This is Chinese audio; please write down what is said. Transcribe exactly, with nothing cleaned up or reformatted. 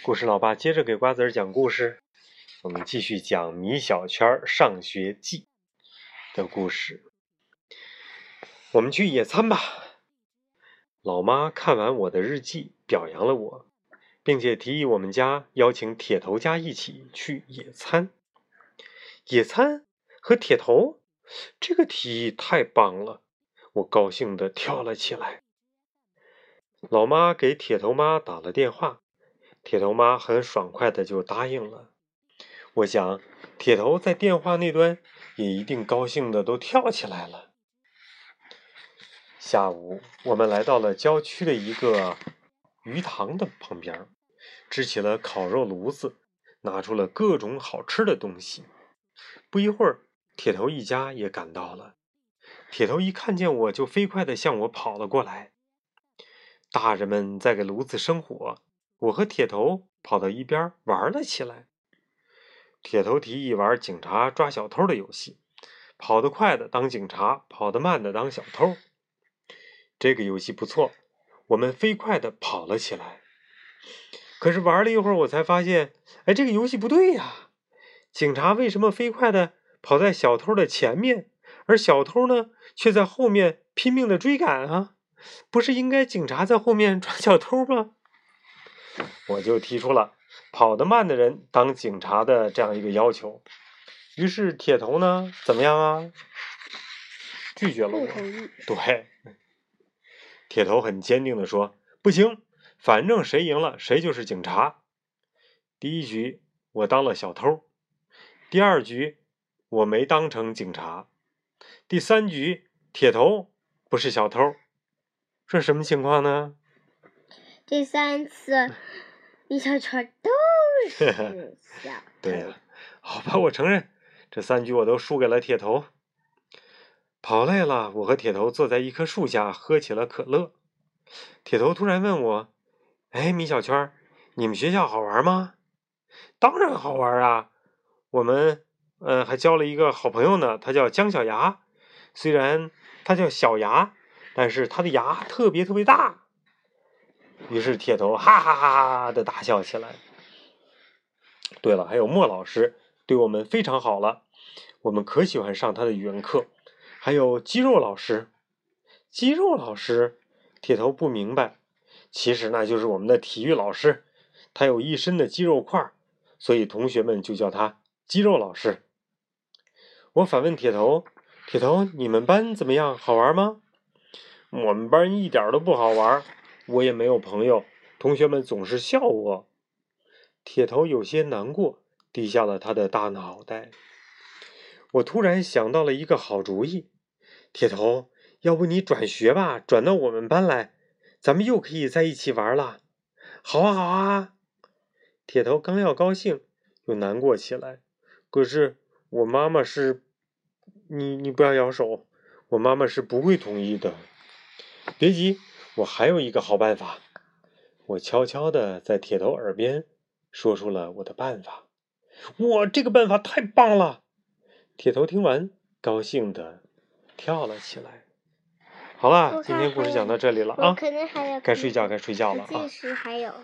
故事老爸接着给瓜子儿讲故事，我们继续讲米小圈上学记的故事。我们去野餐吧。老妈看完我的日记，表扬了我，并且提议我们家邀请铁头家一起去野餐。野餐和铁头，这个提议太棒了，我高兴地跳了起来。老妈给铁头妈打了电话，铁头妈很爽快的就答应了。我想铁头在电话那端也一定高兴的都跳起来了。下午我们来到了郊区的一个鱼塘的旁边，支起了烤肉炉子，拿出了各种好吃的东西。不一会儿，铁头一家也赶到了。铁头一看见我就飞快地向我跑了过来。大人们在给炉子生火，我和铁头跑到一边玩了起来。铁头提议玩警察抓小偷的游戏，跑得快的当警察，跑得慢的当小偷。这个游戏不错，我们飞快地跑了起来。可是玩了一会儿，我才发现，哎，这个游戏不对呀！警察为什么飞快地跑在小偷的前面，而小偷呢，却在后面拼命地追赶啊？不是应该警察在后面抓小偷吗？我就提出了跑得慢的人当警察的这样一个要求。于是铁头呢，怎么样啊？拒绝了我。对，铁头很坚定地说：“不行，反正谁赢了，谁就是警察。”第一局我当了小偷，第二局我没当成警察，第三局铁头不是小偷。这什么情况呢？ 第三次米小圈都是小偷。 对呀、啊，好吧，我承认这三局我都输给了铁头。跑累了，我和铁头坐在一棵树下喝起了可乐。铁头突然问我：“哎，米小圈，你们学校好玩吗？”“当然好玩啊，我们呃还交了一个好朋友呢，他叫姜小牙。虽然他叫小牙，但是他的牙特别特别大。”于是铁头哈哈哈哈的大笑起来。对了，还有莫老师对我们非常好了，我们可喜欢上他的语文课。还有肌肉老师，肌肉老师，铁头不明白，其实那就是我们的体育老师，他有一身的肌肉块，所以同学们就叫他肌肉老师。我反问铁头：“铁头，你们班怎么样？好玩吗？”“我们班一点都不好玩，我也没有朋友，同学们总是笑我。”铁头有些难过，低下了他的大脑袋。我突然想到了一个好主意，铁头，要不你转学吧，转到我们班来，咱们又可以在一起玩了。好啊，好啊！铁头刚要高兴，又难过起来。可是我妈妈是……你你不要摇手，我妈妈是不会同意的。别急，我还有一个好办法。我悄悄地在铁头耳边说出了我的办法。哇，这个办法太棒了！铁头听完，高兴地跳了起来。好了，今天故事讲到这里了啊， 可能还有该睡觉该睡觉了啊。 计时还有。